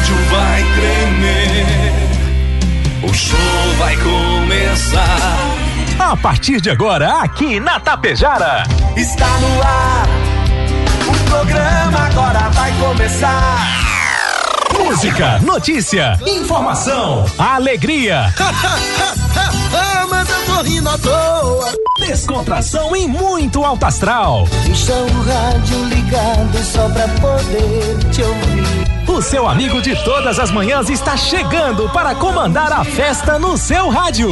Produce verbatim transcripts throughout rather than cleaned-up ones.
rádio vai tremer, o show vai começar. A partir de agora, aqui na Tapejara. Está no ar, o programa agora vai começar. Música, notícia, informação, alegria. Mas eu tô rindo à toa. Descontração e muito alto astral. Deixa o rádio ligado só pra poder te ouvir. O seu amigo de todas as manhãs está chegando para comandar a festa no seu rádio.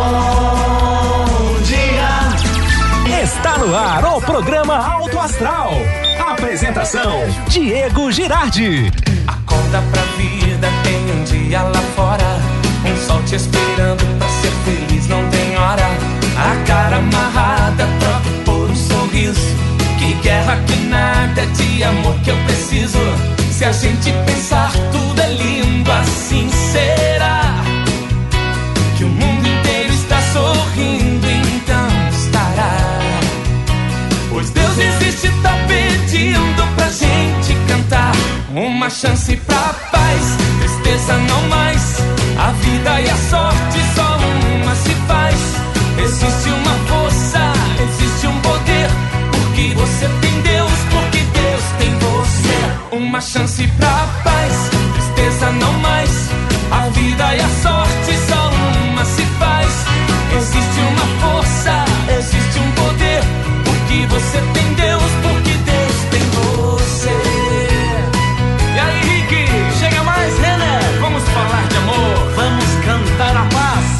Bom dia. Está no ar o programa Alto Astral. Apresentação: Diego Girardi. Acorda pra vida, tem um dia lá fora. Um sol te esperando pra ser feliz, não tem hora. A cara amarrada, troca por um sorriso. Que guerra, que nada, de amor que eu preciso. Se a gente pensar tudo é lindo, assim será. Que o mundo inteiro está sorrindo, então estará. Pois Deus existe, tá pedindo pra gente cantar. Uma chance pra paz, tristeza não mais. A vida e a sorte só uma se faz. Existe uma força, existe um poder. Porque você tem Deus, porque Deus tem você. Uma chance pra paz, tristeza não mais. A vida e a sorte só uma se faz. Existe uma força, existe um poder. Porque você tem Deus, porque Deus tem você. E aí, Rick, chega mais, René. Vamos falar de amor, vamos cantar a paz.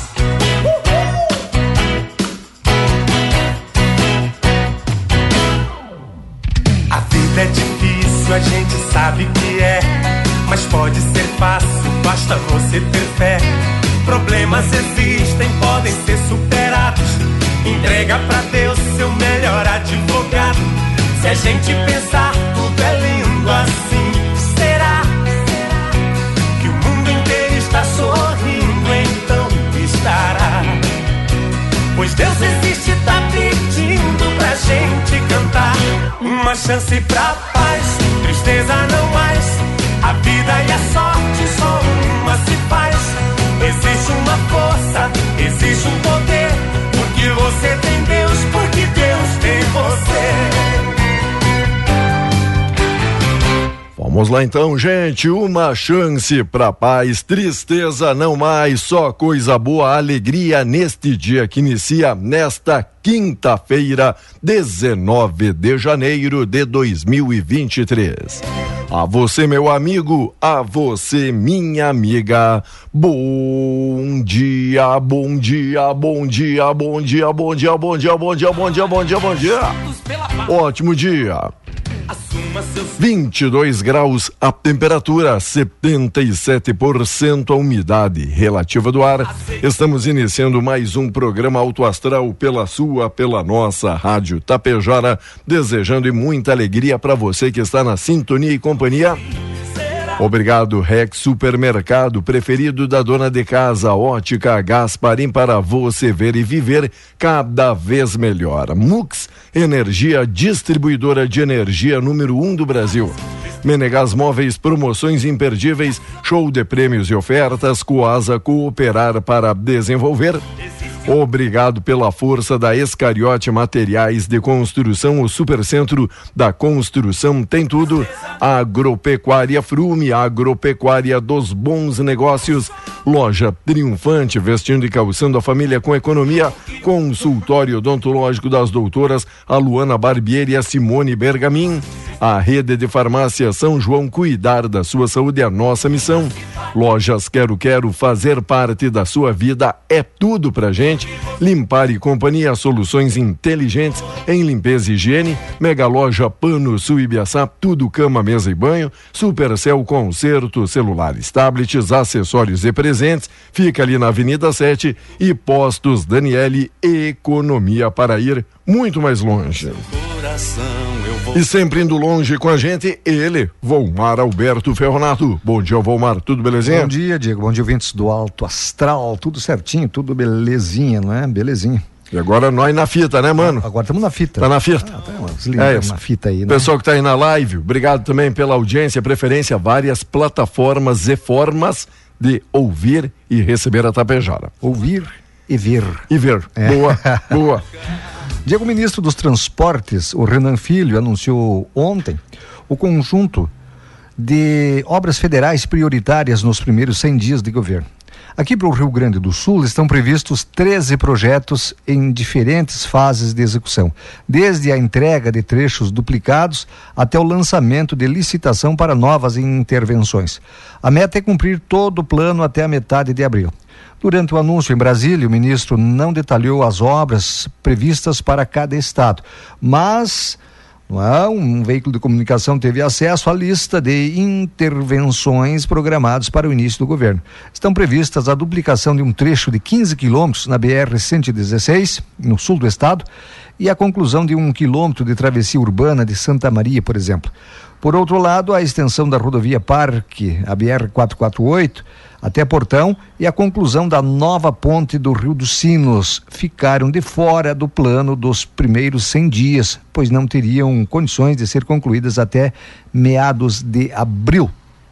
A vida é difícil, a gente sabe que é, mas pode ser fácil, basta você ter fé. Problemas existem, podem ser superados. Entrega pra Deus seu melhor advogado. Se a gente pensar tudo é lindo, assim será. Que o mundo inteiro está sorrindo, então estará. Pois Deus existe, tá pedindo pra gente cantar. Uma chance pra paz, tristeza não mais. A vida e a sorte só uma se faz. Existe uma força, existe um poder. Porque você tem Deus, porque Deus tem você. Vamos lá então, gente, uma chance pra paz, tristeza não mais, só coisa boa, alegria neste dia que inicia nesta quinta-feira, dezenove de janeiro de dois mil e vinte e três. A você, meu amigo, a você, minha amiga, bom dia, bom dia, bom dia, bom dia, bom dia, bom dia, bom dia, bom dia, bom dia, bom dia. Ótimo dia. vinte e dois graus a temperatura, setenta e sete por cento a umidade relativa do ar. Estamos iniciando mais um programa Alto Astral pela sua, pela nossa Rádio Tapejara, desejando muita alegria para você que está na sintonia e companhia. Obrigado, Rex Supermercado, preferido da dona de casa, Ótica Gasparim, para você ver e viver cada vez melhor. Mux Energia, distribuidora de energia número um do Brasil. Menegas Móveis, promoções imperdíveis, show de prêmios e ofertas, Coasa, cooperar para desenvolver. Obrigado pela força da Escariote Materiais de Construção, o Supercentro da Construção tem tudo. Agropecuária Frume, agropecuária dos bons negócios. Loja Triunfante, vestindo e calçando a família com economia. Consultório odontológico das doutoras a Luana Barbieri e a Simone Bergamin. A rede de farmácia São João, cuidar da sua saúde é a nossa missão. Lojas Quero Quero, fazer parte da sua vida é tudo pra gente. Limpar e Companhia, soluções inteligentes em limpeza e higiene. Mega Loja Pano Sul Ibiaçá, tudo cama, mesa e banho. Supercell Concerto, celulares, tablets, acessórios e presentes. Fica ali na Avenida sete. E Postos Daniele, economia para ir muito mais longe. E sempre indo longe com a gente, ele, Volmar Alberto Ferronato. Bom dia, Volmar, tudo belezinha? Bom dia, Diego, bom dia, ouvintes do Alto Astral, tudo certinho, tudo belezinha, não é? Belezinha. E agora nós na fita, né, mano? Agora estamos na fita. Tá na fita. Ah, tá é na fita aí, né? Pessoal que tá aí na live, obrigado também pela audiência, preferência, várias plataformas e formas de ouvir e receber a Tapejara. Ouvir e ver. E ver. É. Boa, boa. Diego, ministro dos Transportes, o Renan Filho, anunciou ontem o conjunto de obras federais prioritárias nos primeiros cem dias de governo. Aqui para o Rio Grande do Sul estão previstos treze projetos em diferentes fases de execução, desde a entrega de trechos duplicados até o lançamento de licitação para novas intervenções. A meta é cumprir todo o plano até a metade de abril. Durante o anúncio em Brasília, o ministro não detalhou as obras previstas para cada estado, mas não é? Um veículo de comunicação teve acesso à lista de intervenções programadas para o início do governo. Estão previstas a duplicação de um trecho de quinze quilômetros na B R cento e dezesseis, no sul do estado, e a conclusão de um quilômetro de travessia urbana de Santa Maria, por exemplo. Por outro lado, a extensão da rodovia Parque, a B R quatrocentos e quarenta e oito, até Portão, e a conclusão da nova ponte do Rio dos Sinos ficaram de fora do plano dos primeiros cem dias, pois não teriam condições de ser concluídas até meados de abril.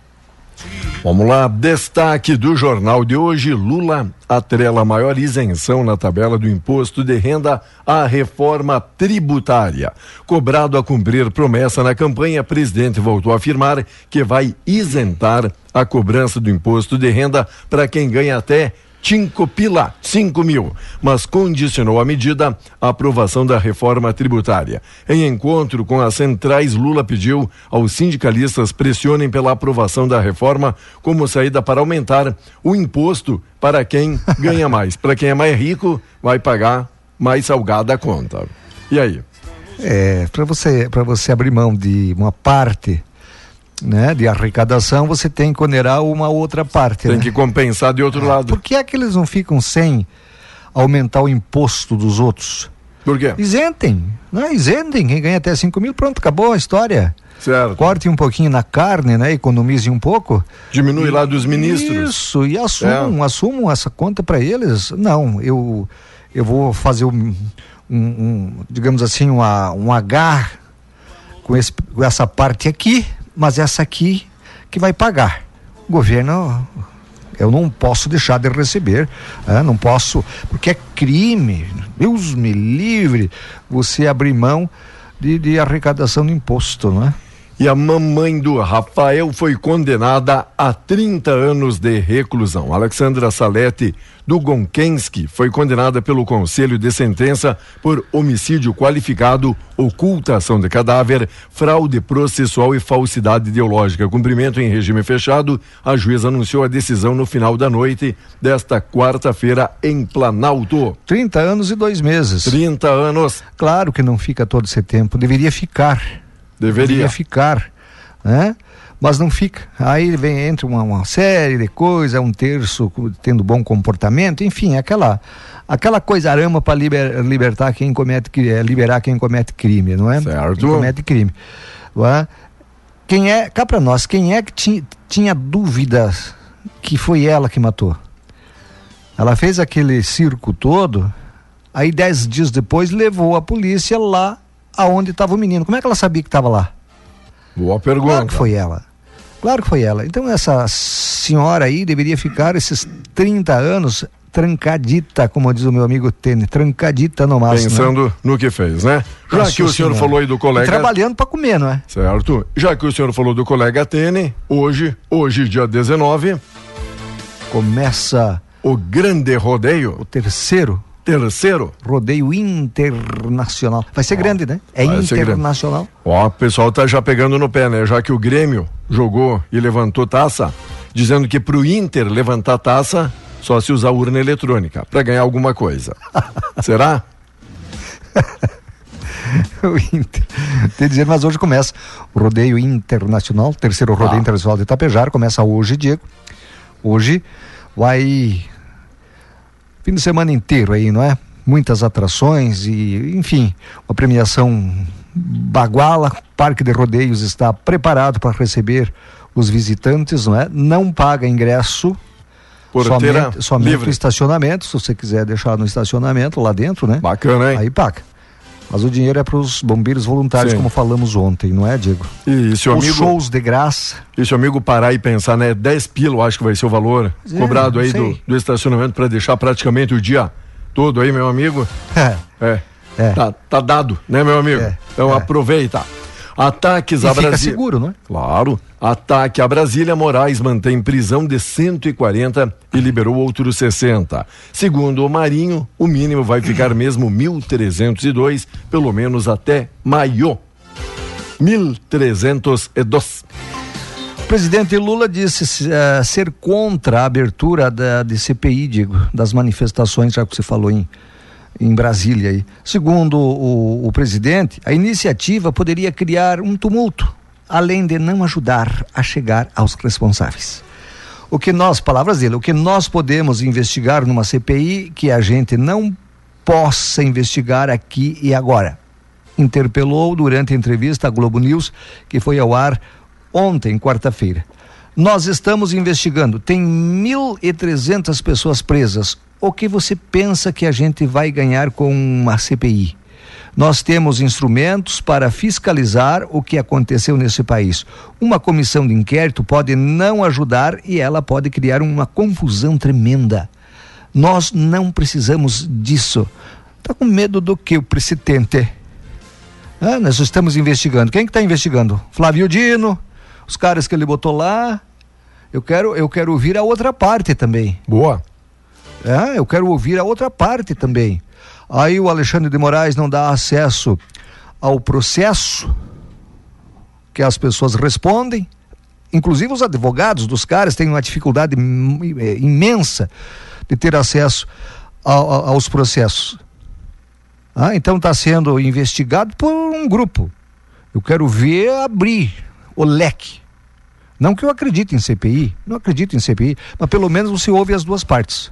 Vamos lá, destaque do jornal de hoje: Lula atrela maior isenção na tabela do imposto de renda à reforma tributária. Cobrado a cumprir promessa na campanha, o presidente voltou a afirmar que vai isentar a cobrança do imposto de renda para quem ganha até cinco pila, cinco mil, mas condicionou a medida à aprovação da reforma tributária. Em encontro com as centrais, Lula pediu aos sindicalistas pressionem pela aprovação da reforma como saída para aumentar o imposto para quem ganha mais. Para quem é mais rico, vai pagar mais salgada a conta. E aí? É, para você, para você abrir mão de uma parte, né, de arrecadação, você tem que onerar uma outra parte. Tem né? que compensar de outro é, lado. Por que é que eles não ficam sem aumentar o imposto dos outros? Por quê? Isentem, né? Isentem, quem ganha até cinco mil, pronto, acabou a história. Certo. Corte um pouquinho na carne, né? Economize um pouco. Diminui e, lá dos ministros. Isso, e assumam, é. assumam essa conta para eles. Não, eu, eu vou fazer um, um, um digamos assim, uma, um H com, esse, com essa parte aqui, mas essa aqui que vai pagar. O governo, eu não posso deixar de receber, né? Não posso, porque é crime, Deus me livre, você abrir mão de, de arrecadação de imposto, não é? E a mamãe do Rafael foi condenada a trinta anos de reclusão. Alexandra Salete do Gonkenski foi condenada pelo Conselho de Sentença por homicídio qualificado, ocultação de cadáver, fraude processual e falsidade ideológica. Cumprimento em regime fechado. A juíza anunciou a decisão no final da noite desta quarta-feira em Planalto. trinta anos e dois meses. trinta anos. Claro que não fica todo esse tempo. Deveria ficar. Deveria. Deveria ficar, né? Mas não fica. Aí vem, entra uma, uma série de coisas, um terço tendo bom comportamento, enfim, aquela, aquela coisa arama para liber, libertar quem comete, é, liberar quem comete crime, não é? Certo. Quem comete crime. Não é? Quem é, cá para nós, quem é que tinha, tinha dúvidas que foi ela que matou? Ela fez aquele circo todo, aí dez dias depois levou a polícia lá aonde estava o menino. Como é que ela sabia que estava lá? Boa pergunta. Claro que foi ela. Claro que foi ela. Então essa senhora aí deveria ficar esses trinta anos trancadita, como diz o meu amigo Tene, trancadita no máximo. Pensando, né, no que fez, né? Já Nossa, que o senhor falou aí do colega... E trabalhando para comer, não é? Certo. Já que o senhor falou do colega Tene, hoje, hoje dia dezenove... começa... o grande rodeio. O terceiro... Terceiro. Rodeio internacional. Vai ser ó, grande, né? É internacional. Ó, o pessoal tá já pegando no pé, né? Já que o Grêmio jogou e levantou taça, dizendo que pro Inter levantar taça, só se usar urna eletrônica, pra ganhar alguma coisa. Será? O Inter. Tem dizer, mas hoje começa o rodeio internacional, terceiro rodeio ah. internacional de Itapejara, começa hoje, Diego. Hoje vai... fim de semana inteiro aí, não é? Muitas atrações e, enfim, uma premiação baguala. O Parque de Rodeios está preparado para receber os visitantes, não é? Não paga ingresso, Porteira somente, somente livre. O estacionamento, se você quiser deixar no estacionamento lá dentro, né? Bacana, hein? Aí paga. Mas o dinheiro é para os bombeiros voluntários, Sim. como falamos ontem, não é, Diego? E se o Os amigo, shows de graça. e se o amigo parar e pensar, né? dez pila, eu acho que vai ser o valor É, cobrado aí sei. do, do estacionamento para deixar praticamente o dia todo aí, meu amigo. É. É. É. Tá, tá dado, né, meu amigo? É. Então É. aproveita. Ataques E a fica Brasília. seguro, não é? Claro. Ataque a Brasília, Moraes mantém prisão de cento e quarenta e liberou outros sessenta. Segundo o Marinho, o mínimo vai ficar mesmo mil trezentos e dois, pelo menos até maio. mil trezentos e dois. O presidente Lula disse uh, ser contra a abertura da, de C P I, Diego, das manifestações, já que você falou em, em Brasília aí. Segundo o, o presidente, a iniciativa poderia criar um tumulto, além de não ajudar a chegar aos responsáveis. O que nós, palavras dele, o que nós podemos investigar numa C P I que a gente não possa investigar aqui e agora. Interpelou durante a entrevista à Globo News, que foi ao ar ontem, quarta-feira. Nós estamos investigando, tem mil e trezentas pessoas presas. O que você pensa que a gente vai ganhar com uma C P I? Nós temos instrumentos para fiscalizar o que aconteceu nesse país. Uma comissão de inquérito pode não ajudar e ela pode criar uma confusão tremenda. Nós não precisamos disso. Está com medo do que o presidente? Ah, nós estamos investigando. Quem que está investigando? Flávio Dino, os caras que ele botou lá. Eu quero, eu quero ouvir a outra parte também. Boa. É, eu quero ouvir a outra parte também. Aí o Alexandre de Moraes não dá acesso ao processo que as pessoas respondem, inclusive os advogados dos caras têm uma dificuldade imensa de ter acesso a, a, aos processos. Ah, então está sendo investigado por um grupo. Eu quero ver abrir o leque. Não que eu acredite em C P I, não acredito em C P I, mas pelo menos você ouve as duas partes.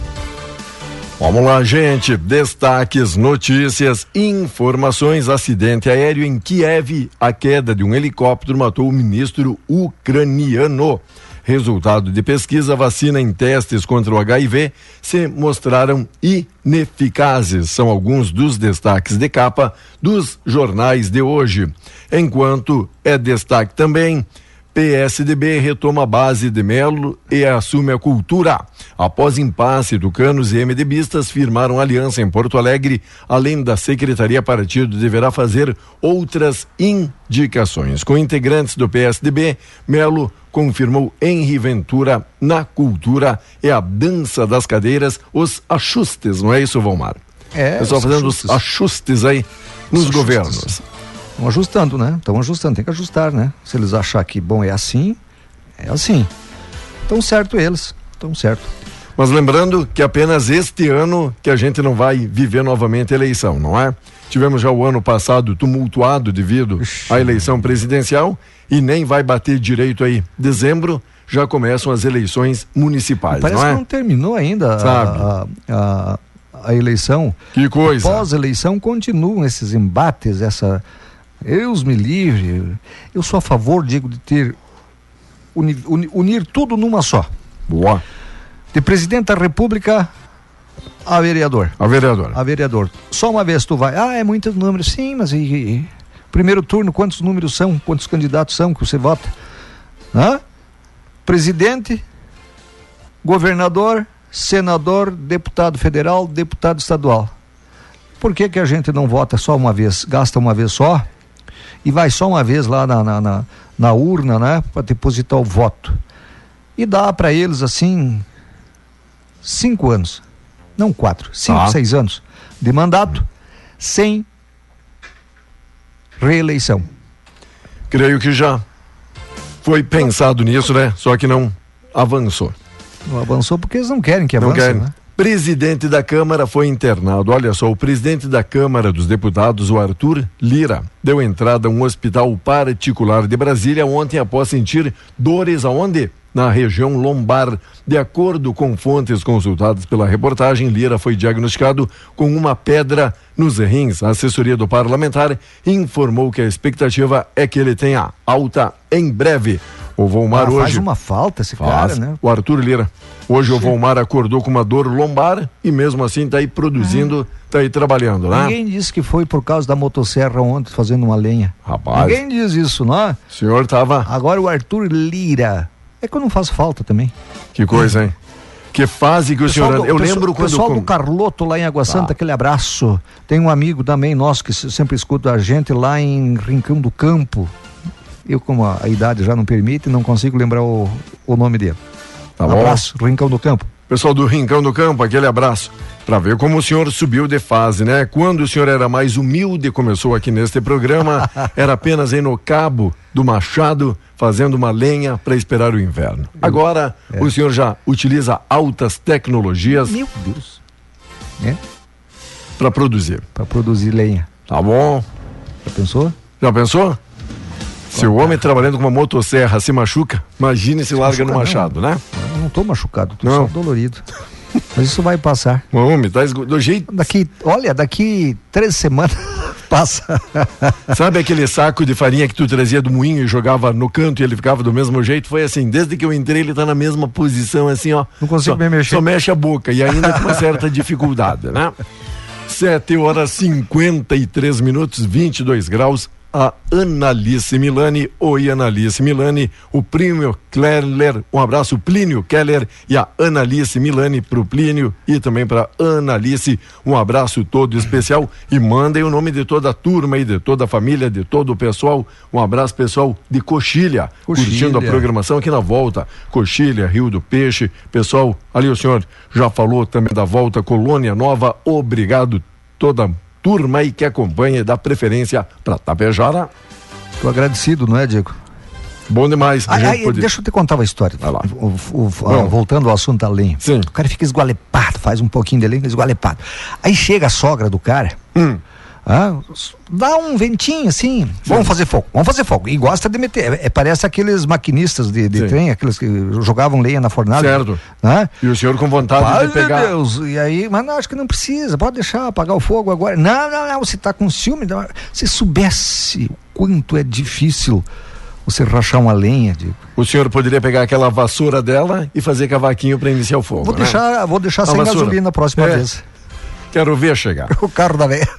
Vamos lá, gente. Destaques, notícias, informações. Acidente aéreo em Kiev. A queda de um helicóptero matou o ministro ucraniano. Resultado de pesquisa, vacina em testes contra o H I V se mostraram ineficazes. São alguns dos destaques de capa dos jornais de hoje. Enquanto é destaque também, P S D B retoma a base de Melo e assume a cultura. Após impasse, tucanos e MDBistas firmaram aliança em Porto Alegre. Além da secretaria, partido deverá fazer outras indicações. Com integrantes do P S D B, Melo confirmou Henri Ventura na cultura e a dança das cadeiras, os ajustes, não é isso, Valmar? É, pessoal fazendo ajustes. os ajustes aí nos Os governos. ajustes. Estão ajustando, né? Estão ajustando, tem que ajustar, né? Se eles achar que, bom, é assim, é assim. Estão certo eles, estão certo. Mas lembrando que apenas este ano que a gente não vai viver novamente a eleição, não é? Tivemos já o ano passado tumultuado devido Ixi. à eleição presidencial e nem vai bater direito aí. Dezembro já começam as eleições municipais, Parece não é? que não terminou ainda Sabe. a, a, a, a eleição. Que coisa. Pós-eleição continuam esses embates, essa... Deus me livre. Eu sou a favor, Diego, de ter uni, uni, unir tudo numa só. Boa. De presidente da República a vereador. A vereadora. A vereador. Só uma vez tu vai. Ah, é muitos números. Sim, mas e, e, primeiro turno, quantos números são? Quantos candidatos são que você vota? Hã? Presidente, governador, senador, deputado federal, deputado estadual. Por que que a gente não vota só uma vez? Gasta uma vez só e vai só uma vez lá na, na, na, na urna, né? Para depositar o voto. E dá para eles assim cinco anos, não quatro, cinco, Tá. seis anos de mandato sem reeleição. Creio que já foi pensado nisso, né? Só que não avançou. Não avançou porque eles não querem que Não avance, querem. né? Presidente da Câmara foi internado. Olha só, o presidente da Câmara dos Deputados, o Arthur Lira, deu entrada a um hospital particular de Brasília ontem após sentir dores aonde? Na região lombar. De acordo com fontes consultadas pela reportagem, Lira foi diagnosticado com uma pedra nos rins. A assessoria do parlamentar informou que a expectativa é que ele tenha alta em breve. O Volmar ah, hoje... faz uma falta esse faz. cara, né? O Arthur Lira. Hoje Sim. o Volmar acordou com uma dor lombar e mesmo assim tá aí produzindo, ah. tá aí trabalhando, né? Ninguém disse que foi por causa da motosserra ontem fazendo uma lenha. Rapaz. Ninguém diz isso, não é? O senhor tava... Agora o Arthur Lira. É que eu não faço falta também. Que coisa, hein? Que fase que o senhor... Do, eu pessoal, lembro quando... O pessoal do Carloto lá em Água Santa, ah. aquele abraço. Tem um amigo também nosso que sempre escuta a gente lá em Rincão do Campo. Eu, como a, a idade já não permite, não consigo lembrar o, o nome dele. Tá um bom. Abraço, Rincão do Campo. Pessoal do Rincão do Campo, aquele abraço. Pra ver como o senhor subiu de fase, né? Quando o senhor era mais humilde, começou aqui neste programa, era apenas aí no Cabo do Machado, fazendo uma lenha para esperar o inverno. Agora, é. o senhor já utiliza altas tecnologias. Meu Deus. É? Para produzir. Para produzir lenha. Tá bom. Já pensou? Já pensou? Se o homem trabalhando com uma motosserra se machuca, imagine se, se larga no machado, não. né? Eu não tô machucado, tô não. só dolorido. Mas isso vai passar. O homem tá esgo... do jeito... Daqui, olha, daqui três semanas passa. Sabe aquele saco de farinha que tu trazia do moinho e jogava no canto e ele ficava do mesmo jeito? Foi assim, desde que eu entrei ele tá na mesma posição assim, ó. Não consigo só, me mexer. Só mexe a boca e ainda com uma certa dificuldade, né? sete horas e cinquenta e três minutos, vinte e dois graus. A Analice Milani, oi Analice Milani, o Plínio Keller, um abraço Plínio Keller e a Analice Milani pro Plínio e também pra Analice, um abraço todo especial e mandem o nome de toda a turma e de toda a família, de todo o pessoal, um abraço pessoal de Coxilha, Coxilha. curtindo a programação aqui na volta, Coxilha, Rio do Peixe, pessoal, ali o senhor já falou também da volta Colônia Nova, obrigado toda turma aí que acompanha e dá preferência para Tapejara. Tô agradecido, não é, Diego? Bom demais. Ah, aí, pode... Deixa eu te contar uma história. Vai lá. O, o, o, voltando ao assunto da lenha. Sim. O cara fica esgualepado, faz um pouquinho de lenha, esgualepado. Aí chega a sogra do cara, hum. ah, dá um ventinho assim, Sim. vamos fazer fogo, vamos fazer fogo. E gosta de meter, é, parece aqueles maquinistas de, de trem, aqueles que jogavam lenha na fornalha. Certo. Né? E o senhor com vontade Pai de pegar. Meu Deus, e aí, mas não, acho que não precisa, pode deixar apagar o fogo agora. Não, não, não, você tá com ciúme. Não. Se soubesse o quanto é difícil você rachar uma lenha, Diego. O senhor poderia pegar aquela vassoura dela e fazer cavaquinho para iniciar o fogo. Vou né? deixar, vou deixar a sem vassoura. gasolina na próxima é. vez. Quero ver chegar. O carro da velha.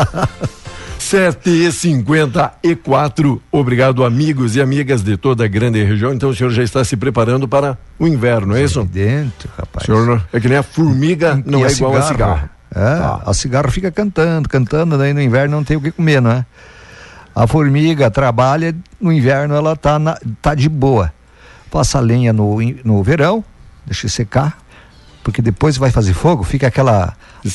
sete e cinquenta e quatro. Obrigado, amigos e amigas de toda a grande região. Então o senhor já está se preparando para o inverno, é isso? Dentro, rapaz. O senhor é que nem a formiga, não é igual a cigarro. É, tá. A cigarro fica cantando, cantando, daí no inverno não tem o que comer, não é? A formiga trabalha, no inverno ela tá, na, tá de boa. Passa lenha no, no verão, deixa secar, porque depois vai fazer fogo, fica aquela...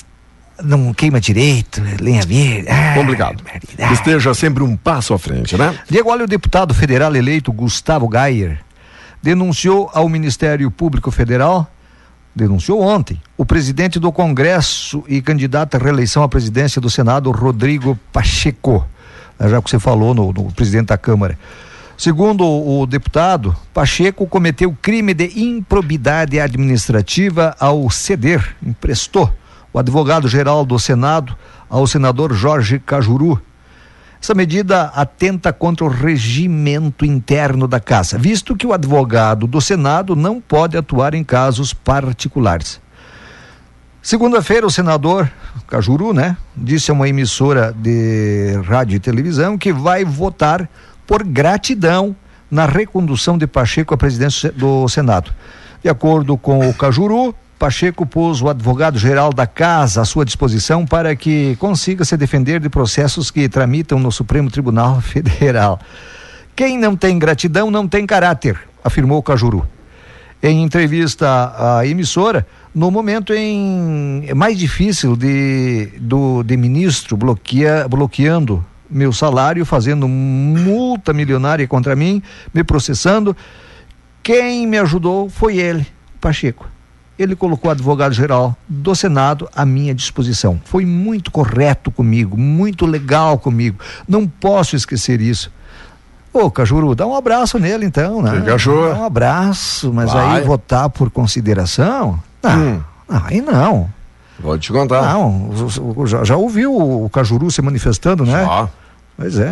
Não queima direito, lenha verde. Ah, complicado. Ah. Esteja sempre um passo à frente, né? Diego, olha, o deputado federal eleito Gustavo Gayer denunciou ao Ministério Público Federal, denunciou ontem, o presidente do Congresso e candidato à reeleição à presidência do Senado, Rodrigo Pacheco, já que você falou no, no presidente da Câmara. Segundo o, o deputado, Pacheco cometeu crime de improbidade administrativa ao ceder, emprestou o advogado-geral do Senado ao senador Jorge Cajuru. Essa medida atenta contra o regimento interno da Casa, visto que o advogado do Senado não pode atuar em casos particulares. Segunda-feira, o senador Cajuru, né, disse a uma emissora de rádio e televisão que vai votar por gratidão na recondução de Pacheco à presidência do Senado. De acordo com o Cajuru, Pacheco pôs o advogado-geral da Casa à sua disposição para que consiga se defender de processos que tramitam no Supremo Tribunal Federal. Quem não tem gratidão não tem caráter, afirmou Cajuru. Em entrevista à emissora, no momento em mais difícil de, do, de ministro bloqueia, bloqueando meu salário, fazendo multa milionária contra mim, me processando, quem me ajudou foi ele, Pacheco. Ele colocou o advogado-geral do Senado à minha disposição. Foi muito correto comigo, muito legal comigo. Não posso esquecer isso. Ô, Cajuru, dá um abraço nele então, né? Dá um abraço, mas Vai. aí votar por consideração? Não, hum. aí não. Vou te contar. Não, já, já ouviu o Cajuru se manifestando, né? Já. Pois é.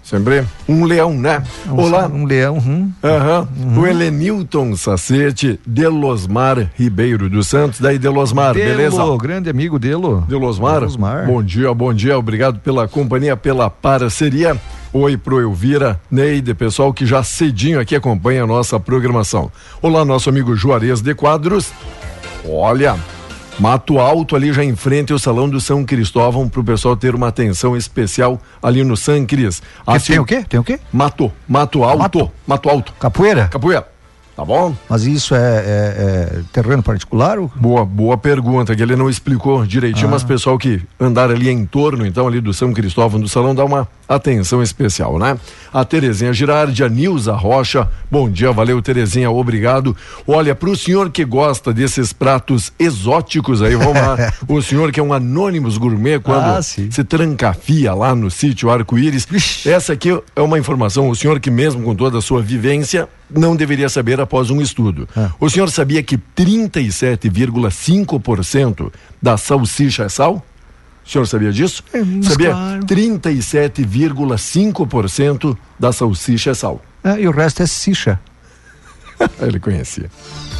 Sempre um leão, né? Um, Olá. Um leão. Hum. Uhum. Uhum. O Helenilton Sacete, Delosmar Ribeiro dos Santos. Daí, Delosmar, Delo, beleza? Grande amigo Delo. Delosmar. Delosmar. Bom dia, bom dia. Obrigado pela companhia, pela parceria. Oi pro Elvira, Neide, pessoal que já cedinho aqui acompanha a nossa programação. Olá, nosso amigo Juarez de Quadros. Olha, Mato Alto ali já em frente ao Salão do São Cristóvão, pro pessoal ter uma atenção especial ali no San Cris. Assim, tem o quê? Tem o quê? Mato, Mato Alto. Mato, Mato Alto. Capoeira? Capoeira. Tá bom? Mas isso é, é, é terreno particular? Ou... Boa, boa pergunta, que ele não explicou direitinho, ah. mas pessoal que andar ali em torno, então, ali do São Cristóvão do Salão, dá uma atenção especial, né? A Terezinha Girardi, a Nilza Rocha, bom dia, valeu Terezinha, obrigado. Olha, pro senhor que gosta desses pratos exóticos aí, vamos lá, o senhor que é um Anônimos Gourmet, quando ah, se trancafia lá no sítio Arco-Íris, essa aqui é uma informação, o senhor que mesmo com toda a sua vivência, não deveria saber após um estudo. Ah. O senhor sabia que trinta e sete vírgula cinco por cento da salsicha é sal? O senhor sabia disso? É, sabia? Claro. trinta e sete vírgula cinco por cento da salsicha é sal. Ah, e o resto é sicha. Ele conhecia.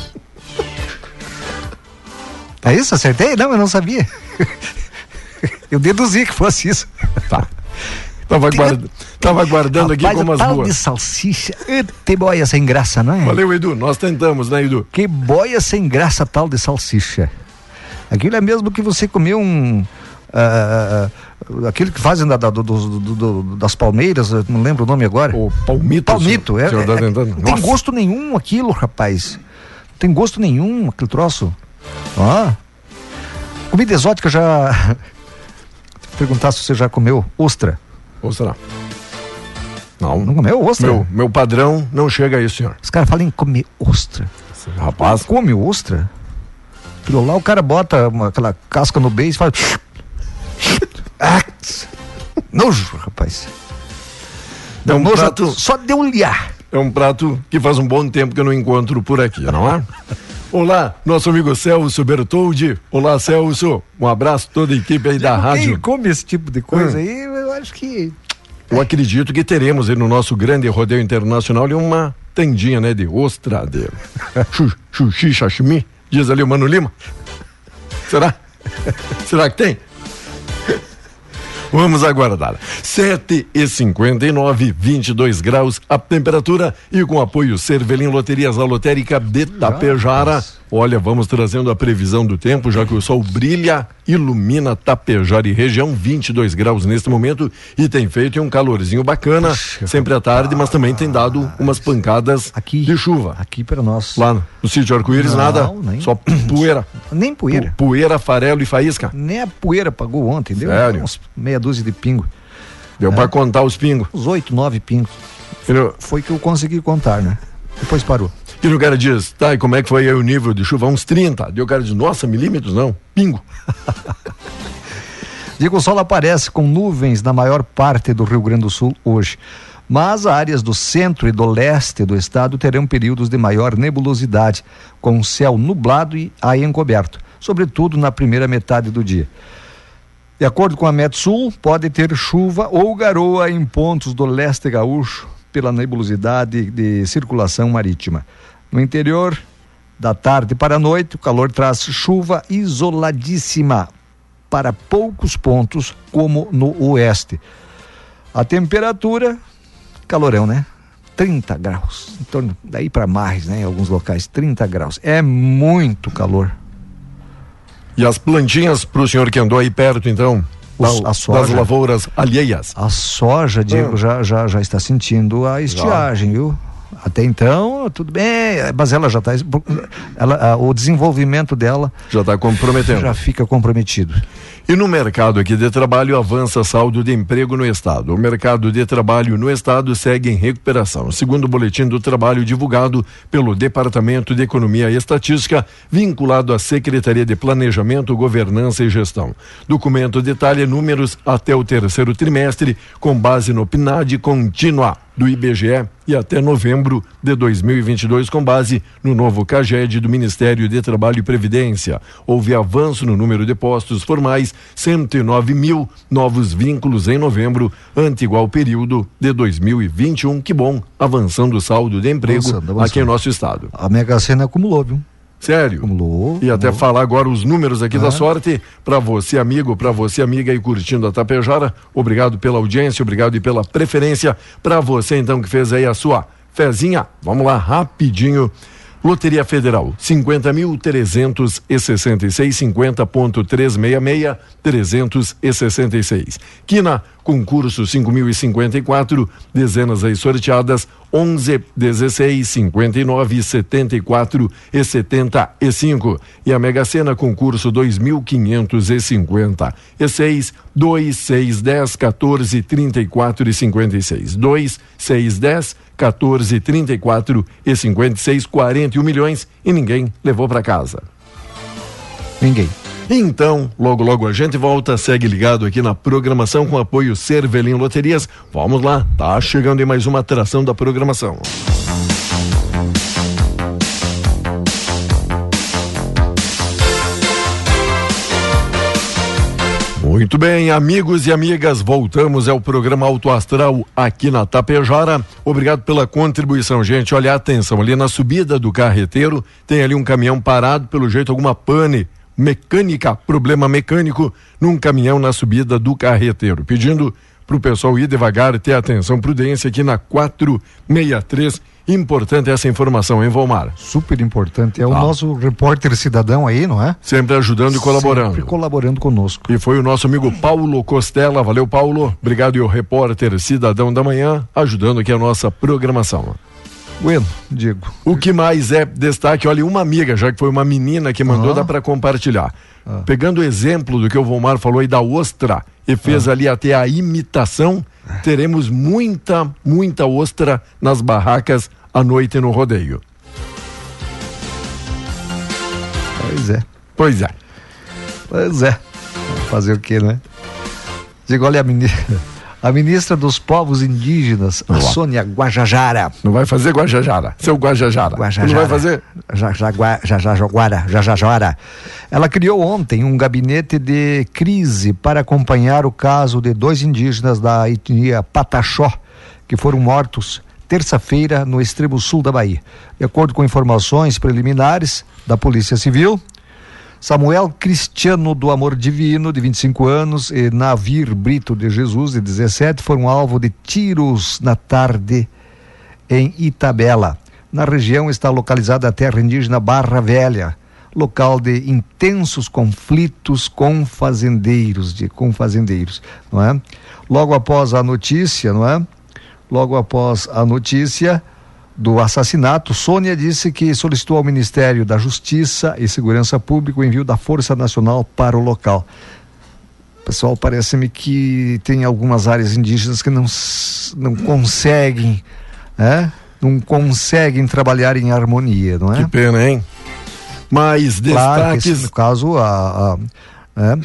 É isso? Acertei? Não, eu não sabia. Eu deduzi que fosse isso. Tá. Tava, guarda, tava guardando aqui como as boas. De salsicha, que boia sem graça, não é? Valeu, Edu, nós tentamos, né, Edu? Que boia sem graça tal de salsicha. Aquilo é mesmo que você comeu um... Uh, aquele que fazem da, da, do, do, do, das palmeiras, não lembro o nome agora. O palmito. Palmito, senhor, é, senhor tá é, tentando. Não tem gosto nenhum aquilo, rapaz. Não tem gosto nenhum aquele troço. Ah. Comida exótica já... Perguntar se você já comeu ostra. Ostra. Não. Não comeu ostra? Meu, meu padrão não chega a isso, senhor. Os caras falam em comer ostra. Rapaz. Come ostra? Aquilo lá o cara bota uma, aquela casca no beijo e faz... Ah, nojo, rapaz. É um nojo prato... Só de olhar. É um prato que faz um bom tempo que eu não encontro por aqui, não é? Olá, nosso amigo Celso Bertoldi. Olá, Celso. Um abraço a toda a equipe aí da rádio. Quem come esse tipo de coisa hum. aí, eu acho que... Eu acredito que teremos aí no nosso grande rodeio internacional ali uma tendinha, né, de ostra, de xuxi, sashimi, diz ali o Mano Lima. Será? Será que tem? Vamos aguardar. sete e cinquenta e nove, vinte e dois graus a temperatura e com apoio Cervelim Loterias, a lotérica de Tapejara. Olha, vamos trazendo a previsão do tempo, já que o sol brilha, ilumina Tapejara e região, vinte e dois graus neste momento e tem feito um calorzinho bacana, Puxa, sempre à tarde, mas também tem dado umas pancadas aqui, de chuva. Aqui para nós. Lá no, no sítio Arco-Íris, nada, nem, só poeira. Nem poeira. Po, poeira, farelo e faísca. Nem a poeira pagou ontem, deu Sério? uns meia dúzia de pingo. Deu é. para contar os pingos. Uns oito, nove pingos. Eu... Foi que eu consegui contar, né? Depois parou. E o cara diz, tá, e como é que foi aí o nível de chuva? Uns trinta. E o cara diz, nossa, milímetros não, pingo. Digo, o sol aparece com nuvens na maior parte do Rio Grande do Sul hoje, mas áreas do centro e do leste do estado terão períodos de maior nebulosidade, com o céu nublado e aí encoberto, sobretudo na primeira metade do dia. De acordo com a Metsul, pode ter chuva ou garoa em pontos do leste gaúcho pela nebulosidade de circulação marítima. No interior, da tarde para a noite, o calor traz chuva isoladíssima para poucos pontos, como no oeste. A temperatura, calorão, né? trinta graus, em torno, daí para mais, né? Em alguns locais, trinta graus. É muito calor. E as plantinhas para o senhor que andou aí perto, então, Os, da, a soja, das lavouras alheias? A soja, Diego, hum. já, já, já está sentindo a estiagem, já. viu? Até então, tudo bem, mas ela já está, ela, o desenvolvimento dela já está comprometendo. Já fica comprometido. E no mercado aqui de trabalho avança saldo de emprego no estado. O mercado de trabalho no estado segue em recuperação. Segundo o boletim do trabalho divulgado pelo Departamento de Economia e Estatística, vinculado à Secretaria de Planejamento, Governança e Gestão. Documento detalha números até o terceiro trimestre, com base no P N A D contínua. do I B G E e até novembro de dois mil e vinte e dois, com base no novo CAGED do Ministério de Trabalho e Previdência. Houve avanço no número de postos formais, cento e nove mil novos vínculos em novembro, ante igual período de dois mil e vinte e um. Que bom, avançando o saldo de emprego avançando, avançando. aqui em nosso estado. A Mega Sena acumulou, viu? Sério? Acumulou. E até acumulou. falar agora os números aqui ah. da sorte para você, amigo, para você, amiga aí curtindo a Tapejara. Obrigado pela audiência, obrigado e pela preferência. Para você, então, que fez aí a sua fezinha. Vamos lá, rapidinho. Loteria Federal, cinquenta mil trezentos e sessenta e seis, cinquenta ponto trezentos e sessenta e seis, trezentos e sessenta e seis. Quina, concurso cinco mil e cinquenta e quatro, dezenas aí sorteadas, onze, dezesseis, cinquenta e nove, setenta e quatro e setenta e cinco. E a Mega Sena, concurso dois mil quinhentos e cinquenta e seis, dois, seis, dez, quatorze, trinta e quatro e cinquenta e seis. dois, seis, dez, quatorze, trinta e quatro e cinquenta e seis, quarenta e um milhões e ninguém levou para casa. Ninguém. Então, logo logo a gente volta, segue ligado aqui na programação com apoio Cervelim Loterias. Vamos lá, tá chegando em mais uma atração da programação. Muito bem, amigos e amigas, voltamos ao programa Alto Astral aqui na Tapejara. Obrigado pela contribuição, gente. Olha, atenção, ali na subida do carreteiro tem ali um caminhão parado, pelo jeito alguma pane mecânica, problema mecânico num caminhão na subida do carreteiro. Pedindo para o pessoal ir devagar, ter atenção, prudência aqui na quatrocentos e sessenta e três. Importante essa informação, hein, Valmar? Super importante. É o ah. nosso repórter cidadão aí, não é? Sempre ajudando e colaborando. Sempre colaborando conosco. E foi o nosso amigo Paulo Costela. Valeu, Paulo. Obrigado, e o repórter cidadão da manhã, ajudando aqui a nossa programação. Bueno, Diego. O que mais é destaque, olha, uma amiga, já que foi uma menina que mandou, ah. dá para compartilhar. Ah. Pegando o exemplo do que o Valmar falou aí da ostra e fez ah. ali até a imitação, teremos muita, muita ostra nas barracas à noite no rodeio. Pois é. Pois é. Pois é. Fazer o quê, né? Digo, olha a menina. A ministra dos Povos Indígenas, a Sônia Guajajara. Não vai fazer Guajajara, seu Guajajara. Guajajara. Não vai fazer? Jajaguara, Jajajara. Ela criou ontem um gabinete de crise para acompanhar o caso de dois indígenas da etnia Pataxó, que foram mortos terça-feira no extremo sul da Bahia. De acordo com informações preliminares da Polícia Civil, Samuel Cristiano do Amor Divino, de vinte e cinco anos, e Navir Brito de Jesus, de dezessete, foram alvo de tiros na tarde em Itabela. Na região está localizada a terra indígena Barra Velha, local de intensos conflitos com fazendeiros, de, com fazendeiros, não é? Logo após a notícia, não é? Logo após a notícia do assassinato, Sônia disse que solicitou ao Ministério da Justiça e Segurança Pública o envio da Força Nacional para o local. Pessoal, parece-me que tem algumas áreas indígenas que não, não conseguem, né? Não conseguem trabalhar em harmonia, não é? Que pena, hein? Mas claro destaques... que, no caso, a, a, é,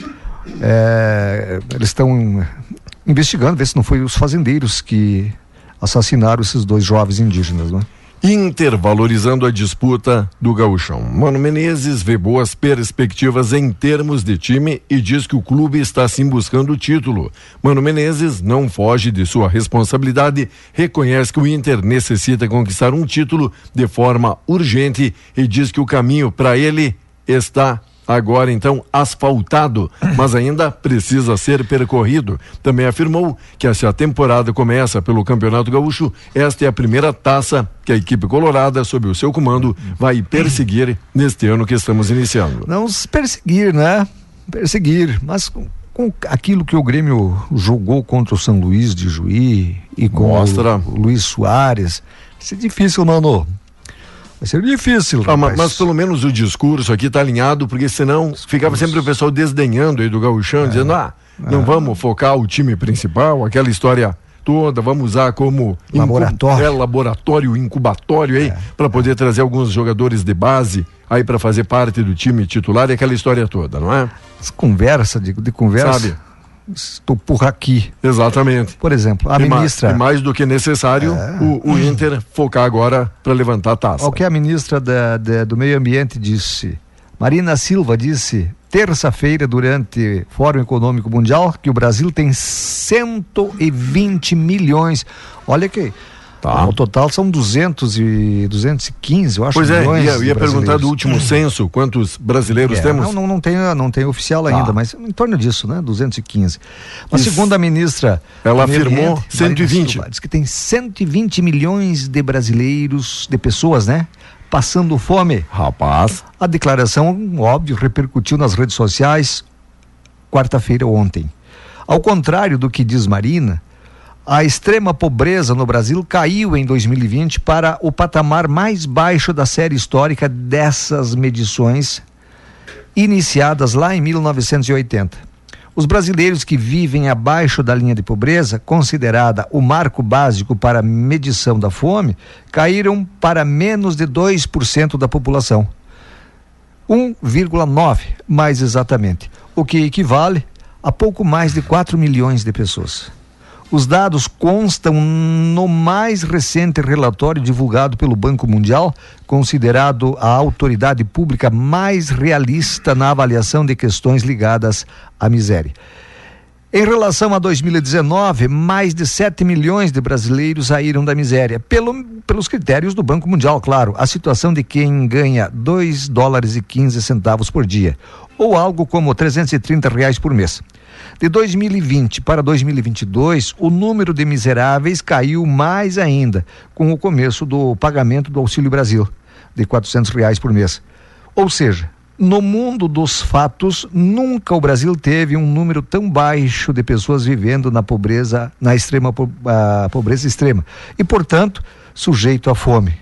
é, eles estão investigando, ver se não foi os fazendeiros que assassinaram esses dois jovens indígenas, né? Intervalorizando a disputa do Gauchão. Mano Menezes vê boas perspectivas em termos de time e diz que o clube está sim buscando o título. Mano Menezes não foge de sua responsabilidade, reconhece que o Inter necessita conquistar um título de forma urgente e diz que o caminho para ele está agora então asfaltado, mas ainda precisa ser percorrido. Também afirmou que se a temporada começa pelo Campeonato Gaúcho, esta é a primeira taça que a equipe colorada, sob o seu comando, vai perseguir neste ano que estamos iniciando. Não perseguir, né? Perseguir, mas com, com aquilo que o Grêmio jogou contra o São Luís de Juí e com Mostra. o, o Luiz Soares, isso é difícil, mano. Vai ser difícil. Ah, mas, mas pelo menos o discurso aqui está alinhado, porque senão ficava sempre o pessoal desdenhando aí do Gauchão, é, dizendo, ah, não é. vamos focar o time principal, aquela história toda, vamos usar como laboratório, incu- é, laboratório incubatório aí, é. para poder trazer alguns jogadores de base aí para fazer parte do time titular e aquela história toda, não é? Conversa, de, de conversa. Sabe? Tupurraqui. Exatamente. Por exemplo, a e ministra... Ma, e mais do que necessário, é. o, o Inter focar agora para levantar a taça. O que a ministra da, da, do Meio Ambiente disse, Marina Silva disse, terça-feira, durante o Fórum Econômico Mundial, que o Brasil tem cento e vinte milhões. Olha que... Tá. O total são duzentos e quinze, eu acho. Pois é, milhões ia, eu ia perguntar do último censo, quantos brasileiros é, temos? Não, não, não, tem, não tem oficial ainda, ah. mas em torno disso, né? duzentos e quinze. Mas Isso. segundo a ministra... Ela afirmou cento e vinte. Diz que tem cento e vinte milhões de brasileiros, de pessoas, né? Passando fome. Rapaz. A declaração, óbvio, repercutiu nas redes sociais quarta-feira ontem. Ao contrário do que diz Marina, a extrema pobreza no Brasil caiu em dois mil e vinte para o patamar mais baixo da série histórica dessas medições iniciadas lá em mil novecentos e oitenta. Os brasileiros que vivem abaixo da linha de pobreza, considerada o marco básico para a medição da fome, caíram para menos de dois por cento da população. um vírgula nove por cento mais exatamente, o que equivale a pouco mais de quatro milhões de pessoas. Os dados constam no mais recente relatório divulgado pelo Banco Mundial, considerado a autoridade pública mais realista na avaliação de questões ligadas à miséria. Em relação a dois mil e dezenove, mais de sete milhões de brasileiros saíram da miséria, pelo, pelos critérios do Banco Mundial, claro. A situação de quem ganha dois dólares e quinze centavos por dia, ou algo como trezentos e trinta reais por mês. De dois mil e vinte para dois mil e vinte e dois, o número de miseráveis caiu mais ainda, com o começo do pagamento do Auxílio Brasil, de quatrocentos reais por mês. Ou seja, no mundo dos fatos, nunca o Brasil teve um número tão baixo de pessoas vivendo na pobreza, na extrema a pobreza extrema, e, portanto, sujeito à fome.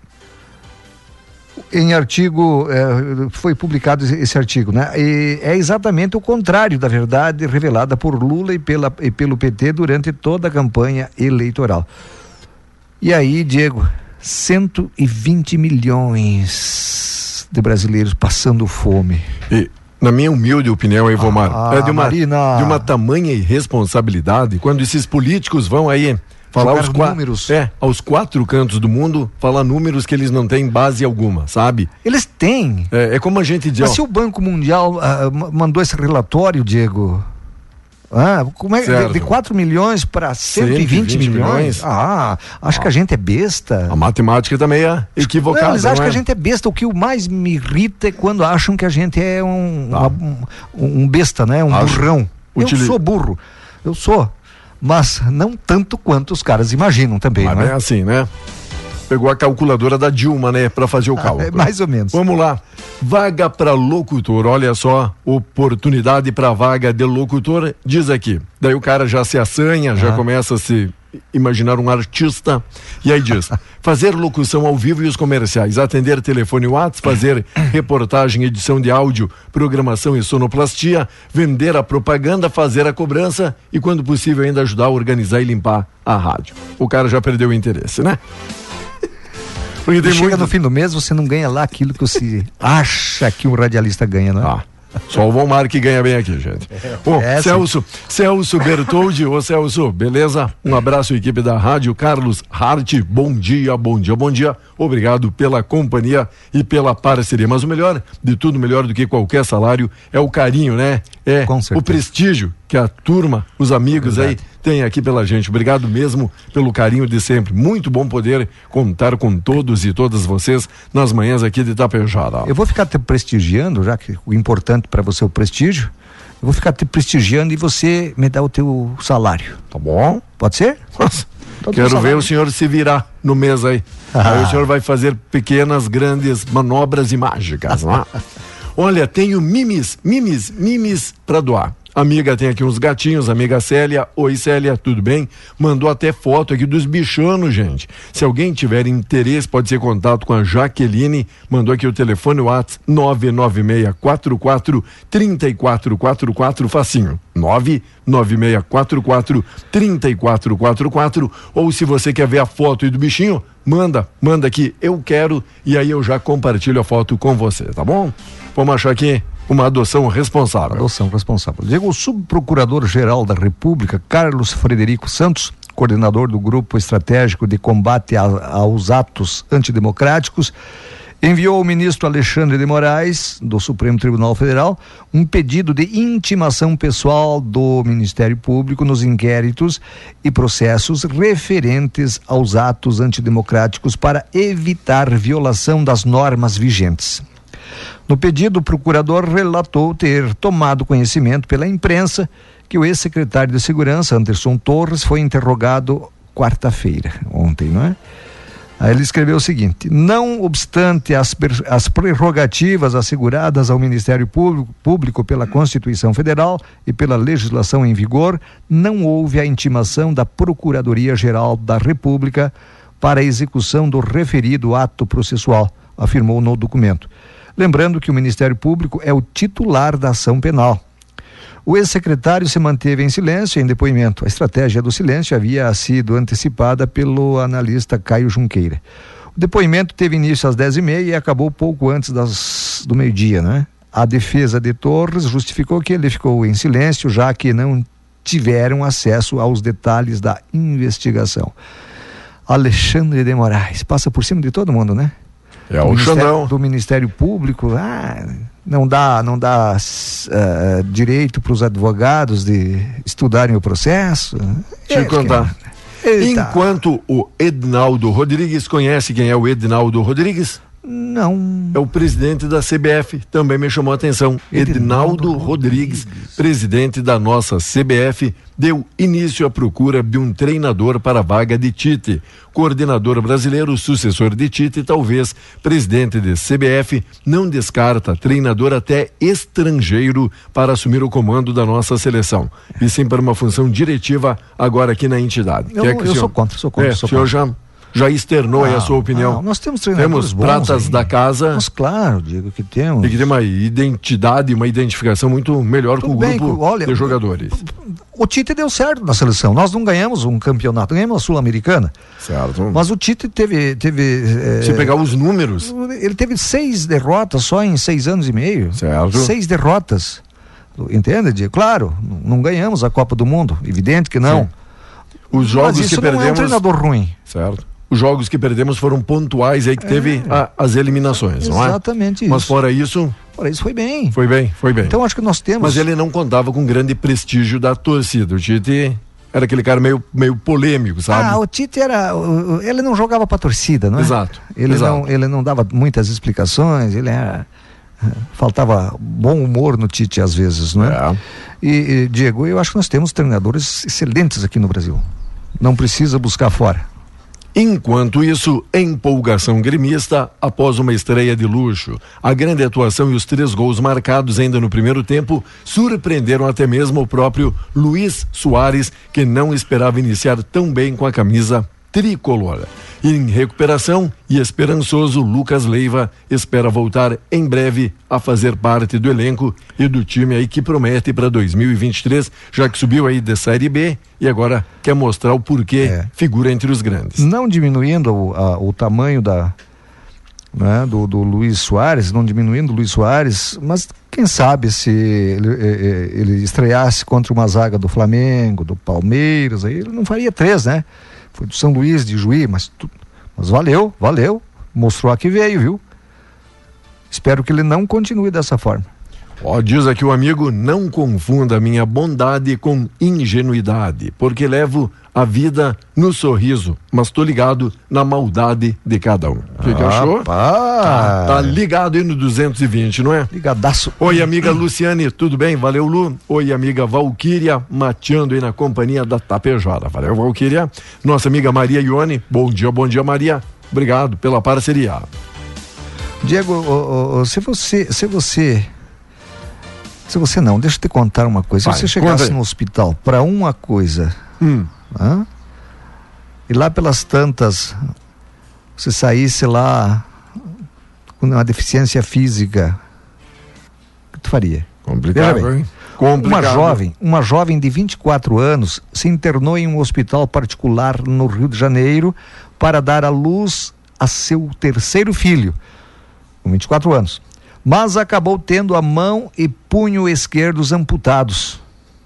Em artigo, eh, foi publicado esse artigo, né? E é exatamente o contrário da verdade revelada por Lula e, pela, e pelo P T durante toda a campanha eleitoral. E aí, Diego, cento e vinte milhões de brasileiros passando fome. E, na minha humilde opinião, Ivomar, ah, é de uma, Marina. de uma tamanha irresponsabilidade quando esses políticos vão aí falar aos, qua- números. É, aos quatro cantos do mundo, falar números que eles não têm base alguma, sabe? Eles têm. É, é como a gente diz. Mas ó, se o Banco Mundial ah, mandou esse relatório, Diego, ah, como é de, de quatro milhões para cento e vinte milhões? milhões? Ah, acho ah. que a gente é besta. A matemática também é equivocada. Não, eles acham não é? que a gente é besta. O que mais me irrita é quando acham que a gente é um, ah. uma, um, um besta, né? Um acho. burrão. Utili... Eu sou burro. Eu sou. Mas não tanto quanto os caras imaginam também, Mas não é? é assim, né? Pegou a calculadora da Dilma, né? Pra fazer o cálculo. Ah, é mais ou menos. Vamos lá. Vaga para locutor, olha só, oportunidade para vaga de locutor, diz aqui. Daí o cara já se assanha, ah. já começa a se imaginar um artista, e aí diz, fazer locução ao vivo e os comerciais, atender telefone WhatsApp, fazer reportagem, edição de áudio, programação e sonoplastia, vender a propaganda, fazer a cobrança e, quando possível, ainda ajudar a organizar e limpar a rádio. O cara já perdeu o interesse, né? Porque tem chega muito... no fim do mês, você não ganha lá aquilo que você acha que um radialista ganha, não é? Ah. Só o Valmar que ganha bem aqui, gente. Ô, é, Celso, Celso Bertoldi, ô Celso, beleza? Um abraço, equipe da rádio. Carlos Hart, bom dia, bom dia, bom dia. Obrigado pela companhia e pela parceria. Mas o melhor de tudo, melhor do que qualquer salário, é o carinho, né? É o prestígio que a turma, os amigos Verdade. aí, têm aqui pela gente. Obrigado mesmo pelo carinho de sempre. Muito bom poder contar com todos e todas vocês nas manhãs aqui de Itapejara. Eu vou ficar te prestigiando, já que o importante para você é o prestígio. Eu vou ficar te prestigiando e você me dá o teu salário. Tá bom? Pode ser? Nossa, quero ver o senhor se virar no mês aí. Ah. Aí o senhor vai fazer pequenas, grandes manobras e mágicas, não é? Olha, tenho mimes, mimes, mimes para doar. Amiga tem aqui uns gatinhos, amiga Célia. Oi, Célia, tudo bem? Mandou até foto aqui dos bichanos, gente. Se alguém tiver interesse, pode ser contato com a Jaqueline. Mandou aqui o telefone WhatsApp nove nove seis quatro quatro três quatro quatro quatro, facinho. nove nove seis quatro quatro três quatro quatro quatro. Ou se você quer ver a foto aí do bichinho, manda, manda aqui, eu quero, e aí eu já compartilho a foto com você, tá bom? Vamos achar aqui uma adoção responsável. Adoção responsável. Diego, o subprocurador-geral da República, Carlos Frederico Santos, coordenador do Grupo Estratégico de Combate a, aos Atos Antidemocráticos, enviou ao ministro Alexandre de Moraes, do Supremo Tribunal Federal, um pedido de intimação pessoal do Ministério Público nos inquéritos e processos referentes aos atos antidemocráticos para evitar violação das normas vigentes. No pedido, o procurador relatou ter tomado conhecimento pela imprensa que o ex-secretário de Segurança, Anderson Torres, foi interrogado quarta-feira, ontem, não é? Aí ele escreveu o seguinte: não obstante as, as prerrogativas asseguradas ao Ministério Público, Público pela Constituição Federal e pela legislação em vigor, não houve a intimação da Procuradoria-Geral da República para a execução do referido ato processual, afirmou no documento. Lembrando que o Ministério Público é o titular da ação penal. O ex-secretário se manteve em silêncio em depoimento. A estratégia do silêncio havia sido antecipada pelo analista Caio Junqueira. O depoimento teve início às dez e meia e acabou pouco antes das, do meio-dia, né? A defesa de Torres justificou que ele ficou em silêncio, já que não tiveram acesso aos detalhes da investigação. Alexandre de Moraes passa por cima de todo mundo, né? É o Xandão. Do Ministério Público, ah, não dá, não dá uh, direito para os advogados de estudarem o processo. Deixa eu contar. Eita. Enquanto o Edinaldo Rodrigues, conhece quem é o Edinaldo Rodrigues? Não. É o presidente da C B F, também me chamou a atenção. Edinaldo Rodrigues, Rodrigues, presidente da nossa C B F, deu início à procura de um treinador para a vaga de Tite. Coordenador brasileiro, sucessor de Tite, talvez presidente de C B F, não descarta treinador até estrangeiro para assumir o comando da nossa seleção. E sim para uma função diretiva agora aqui na entidade. Eu, que é eu que sou contra, sou contra. É, sou o senhor contra. já... Já externou não, aí a sua opinião. Não, nós temos treinadores Temos bons pratas aí. da casa. Mas claro, digo que temos. Tem que ter uma identidade, uma identificação muito melhor Tudo com o bem, grupo olha, de jogadores. O Tite deu certo na seleção. Nós não ganhamos um campeonato, ganhamos a Sul-Americana. Certo. Mas o Tite teve... teve Se é, pegar os números... Ele teve seis derrotas só em seis anos e meio. Certo. Seis derrotas. Entende, Diego? Claro, não ganhamos a Copa do Mundo. Evidente que não. Sim. Os jogos Mas isso que não perdemos... é um treinador ruim. Certo. Os jogos que perdemos foram pontuais aí que é. teve a, as eliminações, não é? Exatamente isso. Mas fora isso... Fora isso foi bem. Foi bem, foi bem. Então acho que nós temos... Mas ele não contava com grande prestígio da torcida. O Tite era aquele cara meio, meio polêmico, sabe? Ah, o Tite era... Ele não jogava pra torcida, não é? Exato. Ele, exato. Não, ele não dava muitas explicações, ele era... Faltava bom humor no Tite às vezes, não é? é. E, e, Diego, eu acho que nós temos treinadores excelentes aqui no Brasil. Não precisa buscar fora. Enquanto isso, empolgação gremista após uma estreia de luxo. A grande atuação e os três gols marcados ainda no primeiro tempo surpreenderam até mesmo o próprio Luiz Soares, que não esperava iniciar tão bem com a camisa tricolor. Em recuperação e esperançoso, Lucas Leiva espera voltar em breve a fazer parte do elenco e do time aí que promete para dois mil e vinte e três, já que subiu aí da Série B e agora quer mostrar o porquê é. figura entre os grandes. Não diminuindo o, a, o tamanho da, né, do, do Luiz Soares, não diminuindo o Luiz Soares, mas quem sabe se ele, ele estreasse contra uma zaga do Flamengo, do Palmeiras, aí ele não faria três, né? Foi do São Luís de Juí, mas, tu, mas valeu, valeu, mostrou a que veio, viu? Espero que ele não continue dessa forma. Ó, diz aqui o amigo, não confunda minha bondade com ingenuidade, porque levo a vida no sorriso, mas tô ligado na maldade de cada um. O que, que achou? Tá, tá ligado aí no duzentos e vinte, não é? Ligadaço. Oi, amiga Luciane, tudo bem? Valeu, Lu. Oi, amiga Valquíria, mateando aí na companhia da Tapejara. Valeu, Valquíria. Nossa amiga Maria Ione, bom dia, bom dia, Maria. Obrigado pela parceria. Diego, oh, oh, se você, se você Se você não, deixa eu te contar uma coisa. Se Vai, você chegasse conta. no hospital para uma coisa, hum. ah, e lá pelas tantas você saísse lá com uma deficiência física, o que tu faria? Complicado, hein? Complicado. Uma jovem, uma jovem de vinte e quatro anos se internou em um hospital particular no Rio de Janeiro para dar à luz a seu terceiro filho, com vinte e quatro anos. mas acabou tendo a mão e punho esquerdos amputados.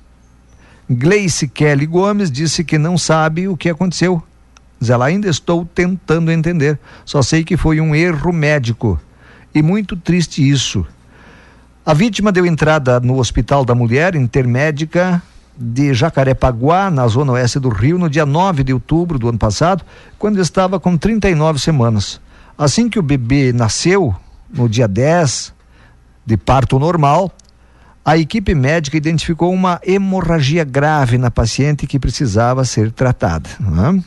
Gleice Kelly Gomes disse que não sabe o que aconteceu. Diz ela: ainda estou tentando entender, só sei que foi um erro médico e muito triste isso. A vítima deu entrada no Hospital da Mulher Intermédica de Jacarepaguá, na zona oeste do Rio, no dia nove de outubro do ano passado, quando estava com trinta e nove semanas. Assim que o bebê nasceu, no dia dez, de parto normal, a equipe médica identificou uma hemorragia grave na paciente que precisava ser tratada, né?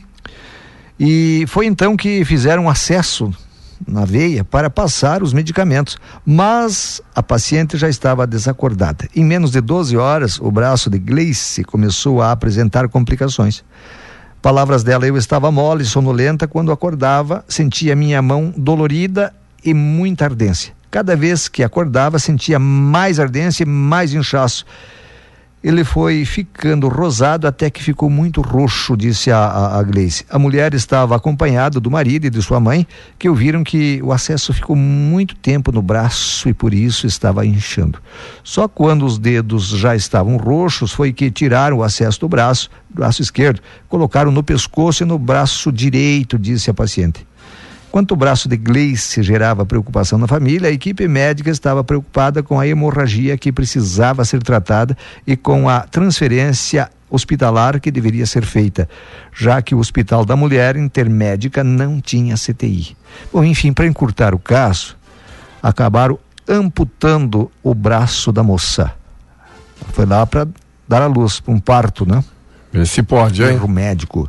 E foi então que fizeram acesso na veia para passar os medicamentos, mas a paciente já estava desacordada. Em menos de doze horas, o braço de Gleice começou a apresentar complicações. Palavras dela: eu estava mole e sonolenta, quando acordava sentia minha mão dolorida e muita ardência. Cada vez que acordava sentia mais ardência e mais inchaço. Ele foi ficando rosado até que ficou muito roxo, disse a, a, a Gleice. A mulher estava acompanhada do marido e de sua mãe, que ouviram que o acesso ficou muito tempo no braço e por isso estava inchando. Só quando os dedos já estavam roxos foi que tiraram o acesso do braço, braço esquerdo, colocaram no pescoço e no braço direito, disse a paciente. Enquanto o braço de Gleice gerava preocupação na família, a equipe médica estava preocupada com a hemorragia que precisava ser tratada e com a transferência hospitalar que deveria ser feita, já que o Hospital da Mulher Intermédica não tinha C T I. Bom, enfim, para encurtar o caso, acabaram amputando o braço da moça. Foi lá para dar à luz, para um parto, né? Vê se pode, hein? Erro médico.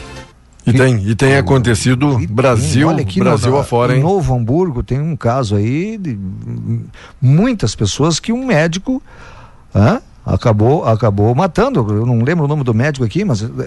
E tem, e tem acontecido Brasil, olha aqui Brasil no, afora, em hein? Novo Hamburgo tem um caso aí de muitas pessoas que um médico ah, acabou, acabou matando. Eu não lembro o nome do médico aqui, mas é,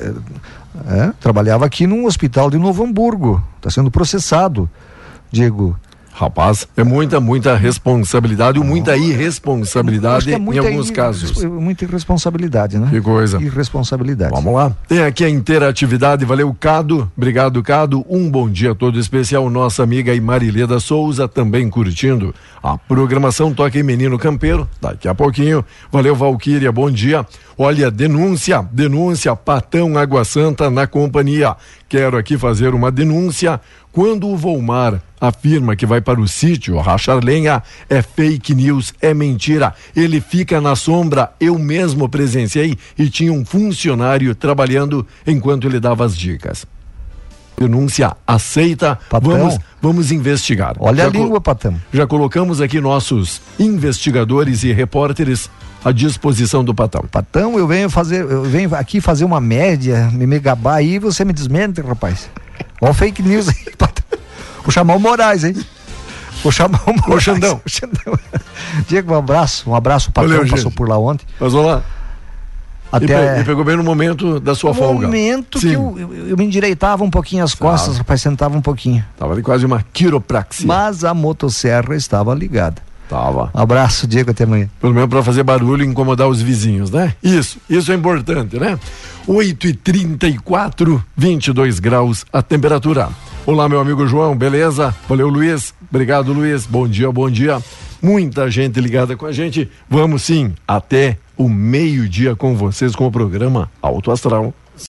é, trabalhava aqui num hospital de Novo Hamburgo. Está sendo processado, Diego. Rapaz, é muita, muita responsabilidade e muita irresponsabilidade é muita em alguns ir, casos. Muita irresponsabilidade, né? Que coisa. Irresponsabilidade. Vamos lá. Tem aqui a interatividade. Valeu, Cado. Obrigado, Cado. Um bom dia todo especial. Nossa amiga Marileda Souza também curtindo a programação Toque em Menino Campeiro. Daqui a pouquinho. Valeu, Valquíria. Bom dia. Olha, denúncia, denúncia, Patão Água Santa na companhia. Quero aqui fazer uma denúncia. Quando o Volmar afirma que vai para o sítio rachar lenha, é fake news, é mentira. Ele fica na sombra. Eu mesmo presenciei e tinha um funcionário trabalhando enquanto ele dava as dicas. Denúncia aceita. Patão. Vamos, vamos investigar. Olha já a língua, Patão. Já colocamos aqui nossos investigadores e repórteres à disposição do Patão. Patão, eu venho fazer, eu venho aqui fazer uma média, me me gabar aí, você me desmente, rapaz. Ó, fake news aí, Patão. Vou chamar o Moraes, hein? Vou chamar o Moraes. Ô, Xandão. O Xandão. Diego, um abraço, um abraço, o Patão. Valeu, passou gente por lá ontem. Mas vamos lá. Até... E, pe- e pegou bem no momento da sua no folga. No momento Sim. que eu, eu, eu me endireitava um pouquinho as costas, rapaz, sentava um pouquinho. Tava ali quase uma quiropraxia. Mas a motosserra estava ligada. Tava. Abraço, Diego, até amanhã. Pelo menos para fazer barulho e incomodar os vizinhos, né? Isso, isso é importante, né? oito e trinta e quatro, vinte e dois graus a temperatura. Olá, meu amigo João, beleza? Valeu, Luiz. Obrigado, Luiz. Bom dia, bom dia. Muita gente ligada com a gente. Vamos sim, até o meio-dia com vocês com o programa Alto Astral.